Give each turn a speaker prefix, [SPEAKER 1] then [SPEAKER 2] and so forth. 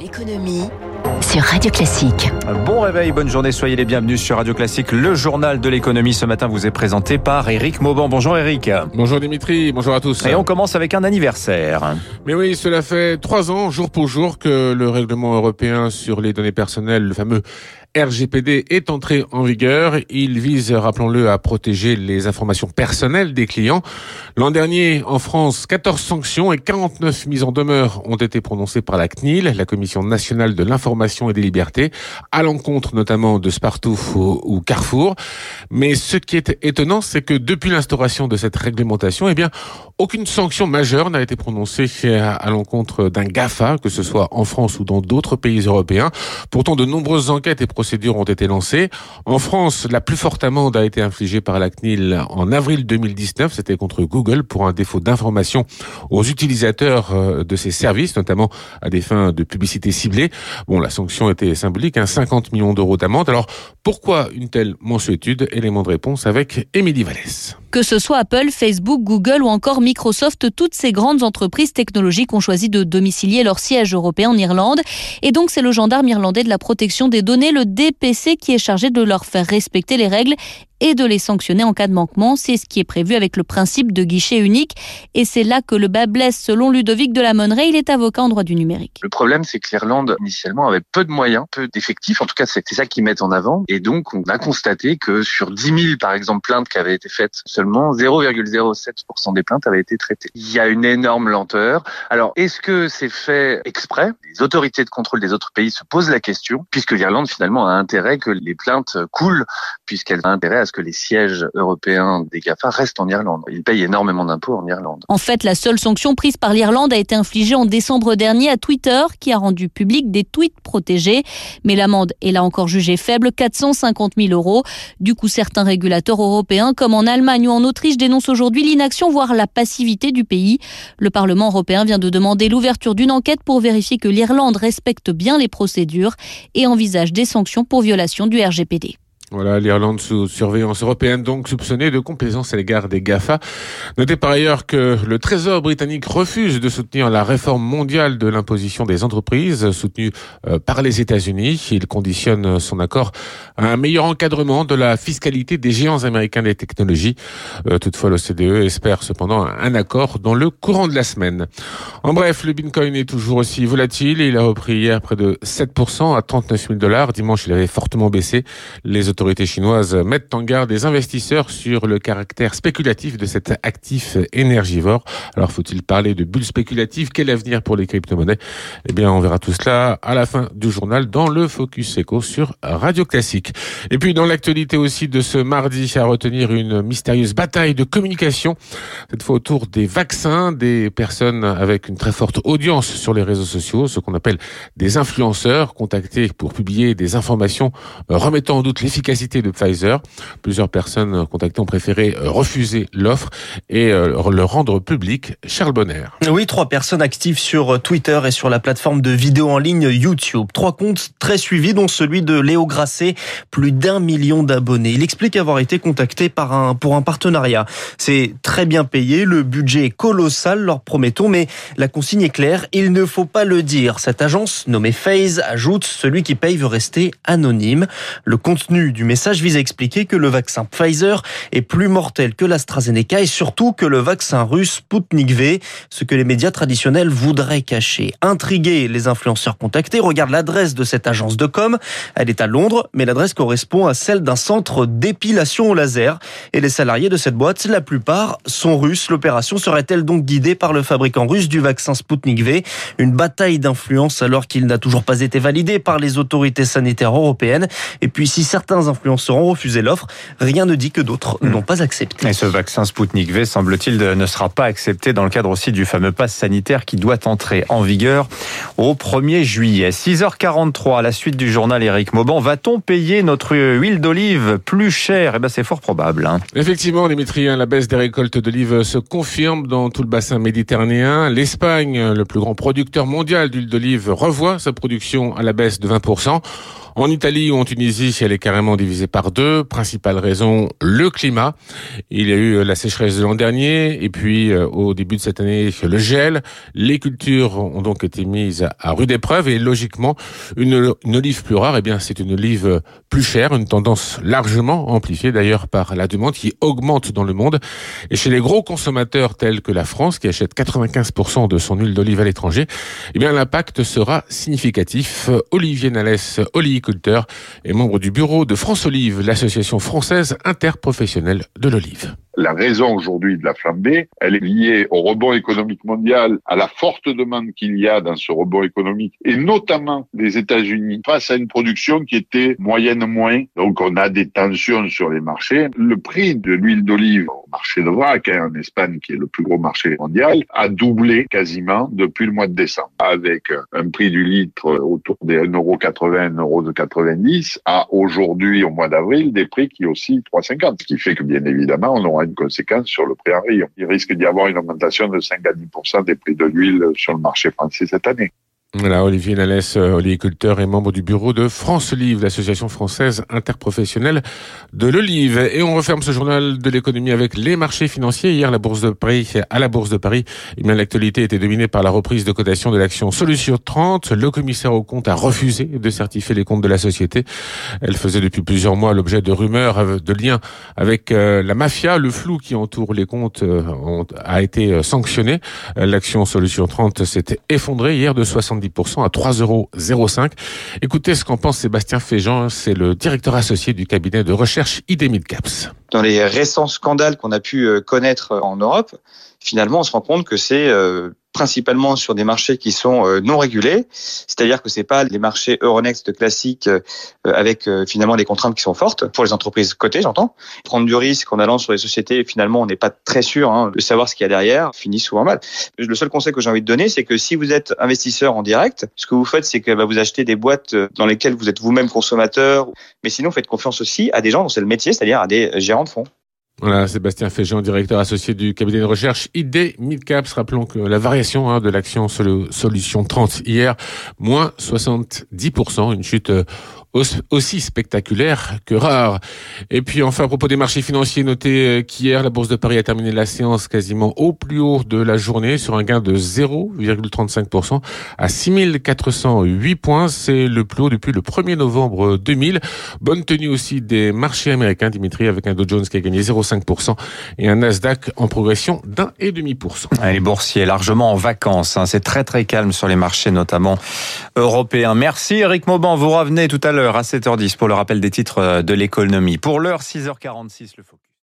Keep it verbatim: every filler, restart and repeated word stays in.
[SPEAKER 1] L'économie sur Radio Classique.
[SPEAKER 2] Bon réveil, bonne journée, soyez les bienvenus sur Radio Classique. Le journal de l'économie ce matin vous est présenté par Éric Mauban. Bonjour Éric.
[SPEAKER 3] Bonjour Dimitri, bonjour à tous.
[SPEAKER 2] Et on commence avec un anniversaire.
[SPEAKER 3] Mais oui, cela fait trois ans, jour pour jour, que le règlement européen sur les données personnelles, le fameux R G P D, est entré en vigueur. Il vise, rappelons-le, à protéger les informations personnelles des clients. L'an dernier, en France, quatorze sanctions et quarante-neuf mises en demeure ont été prononcées par la C N I L, la Commission nationale de l'information et des libertés, à l'encontre notamment de Spartouf ou Carrefour. Mais ce qui est étonnant, c'est que depuis l'instauration de cette réglementation, eh bien, aucune sanction majeure n'a été prononcée à l'encontre d'un GAFA, que ce soit en France ou dans d'autres pays européens. Pourtant, de nombreuses enquêtes et procédures ont été lancées. En France, la plus forte amende a été infligée par la C N I L en avril deux mille dix-neuf. C'était contre Google pour un défaut d'information aux utilisateurs de ses services, notamment à des fins de publicité ciblée. Bon, la sanction était symbolique, hein, cinquante millions d'euros d'amende. Alors, pourquoi une telle mansuétude? Élément de réponse avec Émilie Vallès.
[SPEAKER 4] Que ce soit Apple, Facebook, Google ou encore Microsoft, toutes ces grandes entreprises technologiques ont choisi de domicilier leur siège européen en Irlande. Et donc, c'est le gendarme irlandais de la protection des données, le D P C, qui est chargé de leur faire respecter les règles et de les sanctionner en cas de manquement. C'est ce qui est prévu avec le principe de guichet unique. Et c'est là que le bas blesse, selon Ludovic de la Monneraye. Il est avocat en droit du numérique.
[SPEAKER 5] Le problème, c'est que l'Irlande, initialement, avait peu de moyens, peu d'effectifs. En tout cas, c'est ça qu'ils mettent en avant. Et donc, on a constaté que sur dix mille, par exemple, plaintes qui avaient été faites, seulement zéro virgule zéro sept pour cent des plaintes avaient été traitées. Il y a une énorme lenteur. Alors, est-ce que c'est fait exprès? Les autorités de contrôle des autres pays se posent la question, puisque l'Irlande, finalement, a intérêt que les plaintes coulent, puisqu'elle a intérêt à ce que les sièges européens des GAFA restent en Irlande. Ils payent énormément d'impôts en Irlande.
[SPEAKER 4] En fait, la seule sanction prise par l'Irlande a été infligée en décembre dernier à Twitter, qui a rendu public des tweets protégés. Mais l'amende est là encore jugée faible, quatre cent cinquante mille euros. Du coup, certains régulateurs européens, comme en Allemagne ou en Autriche, dénoncent aujourd'hui l'inaction, voire la passivité du pays. Le Parlement européen vient de demander l'ouverture d'une enquête pour vérifier que l'Irlande respecte bien les procédures et envisage des sanctions pour violation du R G P D.
[SPEAKER 3] Voilà, l'Irlande sous surveillance européenne, donc soupçonnée de complaisance à l'égard des GAFA. Notez par ailleurs que le Trésor britannique refuse de soutenir la réforme mondiale de l'imposition des entreprises, soutenue par les États-Unis. Il conditionne son accord à un meilleur encadrement de la fiscalité des géants américains des technologies. Toutefois, l'O C D E espère cependant un accord dans le courant de la semaine. En bref, le Bitcoin est toujours aussi volatile. Il a repris hier près de sept pour cent à trente-neuf mille dollars. Dimanche, il avait fortement baissé. Les Les autorités chinoises mettent en garde les investisseurs sur le caractère spéculatif de cet actif énergivore. Alors, faut-il parler de bulle spéculative? Quel avenir pour les crypto-monnaies? Eh bien, on verra tout cela à la fin du journal dans le Focus Eco sur Radio Classique. Et puis, dans l'actualité aussi de ce mardi, à retenir une mystérieuse bataille de communication, cette fois autour des vaccins, des personnes avec une très forte audience sur les réseaux sociaux, ce qu'on appelle des influenceurs, contactés pour publier des informations remettant en doute l'efficacité de Pfizer. Plusieurs personnes contactées ont préféré refuser l'offre et le rendre public. Charles Bonner.
[SPEAKER 6] Oui, trois personnes actives sur Twitter et sur la plateforme de vidéo en ligne YouTube. Trois comptes très suivis, dont celui de Léo Grasset, plus d'un million d'abonnés. Il explique avoir été contacté par un, pour un partenariat. C'est très bien payé, le budget est colossal, leur promettons, mais la consigne est claire, il ne faut pas le dire. Cette agence, nommée FaZe, ajoute: celui qui paye veut rester anonyme. Le contenu du message vise à expliquer que le vaccin Pfizer est plus mortel que l'AstraZeneca et surtout que le vaccin russe Sputnik V, ce que les médias traditionnels voudraient cacher. Intrigués, les influenceurs contactés regardent l'adresse de cette agence de com. Elle est à Londres, mais l'adresse correspond à celle d'un centre d'épilation au laser. Et les salariés de cette boîte, la plupart, sont russes. L'opération serait-elle donc guidée par le fabricant russe du vaccin Sputnik V? Une bataille d'influence alors qu'il n'a toujours pas été validé par les autorités sanitaires européennes. Et puis si certains influenceurs ont refusé l'offre, rien ne dit que d'autres mmh. n'ont pas accepté.
[SPEAKER 2] Et ce vaccin Sputnik V, semble-t-il, ne sera pas accepté dans le cadre aussi du fameux pass sanitaire qui doit entrer en vigueur au premier juillet. six heures quarante-trois, à la suite du journal Éric Mauban. Va-t-on payer notre huile d'olive plus cher? Eh ben, c'est fort probable. Hein.
[SPEAKER 3] Effectivement, Dimitri, la baisse des récoltes d'olive se confirme dans tout le bassin méditerranéen. L'Espagne, le plus grand producteur mondial d'huile d'olive, revoit sa production à la baisse de vingt pour cent. En Italie ou en Tunisie, elle est carrément divisée par deux. Principale raison, le climat. Il y a eu la sécheresse de l'an dernier et puis au début de cette année, le gel. Les cultures ont donc été mises à rude épreuve et logiquement, une, une olive plus rare, eh bien, c'est une olive plus chère, une tendance largement amplifiée d'ailleurs par la demande qui augmente dans le monde. Et chez les gros consommateurs tels que la France, qui achète quatre-vingt-quinze pour cent de son huile d'olive à l'étranger, eh bien, l'impact sera significatif. Olivier Nalès, oléiculteur, est membre du bureau de France Olive, l'association française interprofessionnelle de l'olive.
[SPEAKER 7] La raison aujourd'hui de la flambée, elle est liée au rebond économique mondial, à la forte demande qu'il y a dans ce rebond économique, et notamment des États-Unis, face à une production qui était moyenne moins. Donc on a des tensions sur les marchés. Le prix de l'huile d'olive au marché de Vrac, hein, en Espagne, qui est le plus gros marché mondial, a doublé quasiment depuis le mois de décembre, avec un prix du litre autour des un euro quatre-vingts, un euro quatre-vingt-dix, à aujourd'hui, au mois d'avril, des prix qui oscillent trois euros cinquante, ce qui fait que bien évidemment, on aura une conséquence sur le prix en rayon. Il risque d'y avoir une augmentation de cinq à dix pour cent des prix de l'huile sur le marché français cette année.
[SPEAKER 3] Voilà, Olivier Nalès, oléiculteur et membre du bureau de France Olive, l'association française interprofessionnelle de l'olive. Et on referme ce journal de l'économie avec les marchés financiers. Hier, la bourse de Paris, à la bourse de Paris, eh bien, l'actualité était dominée par la reprise de cotation de l'action Solutions trente. Le commissaire aux comptes a refusé de certifier les comptes de la société. Elle faisait depuis plusieurs mois l'objet de rumeurs de liens avec la mafia. Le flou qui entoure les comptes a été sanctionné. L'action Solutions trente s'était effondrée hier de soixante-dix pour cent à trois euros zéro cinq. Écoutez ce qu'en pense Sébastien Féjean, c'est le directeur associé du cabinet de recherche I D Midcaps.
[SPEAKER 8] Dans les récents scandales qu'on a pu connaître en Europe, finalement, on se rend compte que c'est euh, principalement sur des marchés qui sont euh, non régulés, c'est-à-dire que c'est pas les marchés Euronext classiques euh, avec euh, finalement des contraintes qui sont fortes pour les entreprises cotées, j'entends. Prendre du risque en allant sur les sociétés, finalement, on n'est pas très sûr hein, de savoir ce qu'il y a derrière, finit souvent mal. Le seul conseil que j'ai envie de donner, c'est que si vous êtes investisseur en direct, ce que vous faites, c'est que bah, vous achetez des boîtes dans lesquelles vous êtes vous-même consommateur, mais sinon, faites confiance aussi à des gens dont c'est le métier, c'est-à-dire à des gérants de fonds.
[SPEAKER 3] Voilà, Sébastien Féjean, directeur associé du cabinet de recherche I D Midcaps. Rappelons que la variation hein, de l'action Solutions trente hier, moins soixante-dix pour cent, une chute aussi spectaculaire que rare. Et puis enfin, à propos des marchés financiers, notez qu'hier, la Bourse de Paris a terminé la séance quasiment au plus haut de la journée, sur un gain de zéro virgule trente-cinq pour cent à six mille quatre cent huit points. C'est le plus haut depuis le premier novembre deux mille. Bonne tenue aussi des marchés américains, Dimitri, avec un Dow Jones qui a gagné zéro virgule cinq pour cent et un Nasdaq en progression d'un virgule cinq pour cent.
[SPEAKER 2] Les boursiers largement en vacances. Hein. C'est très très calme sur les marchés, notamment européens. Merci Eric Mauban. Vous revenez tout à l'heure à sept heures dix pour le rappel des titres de l'économie. Pour l'heure, six heures quarante-six, le Focus.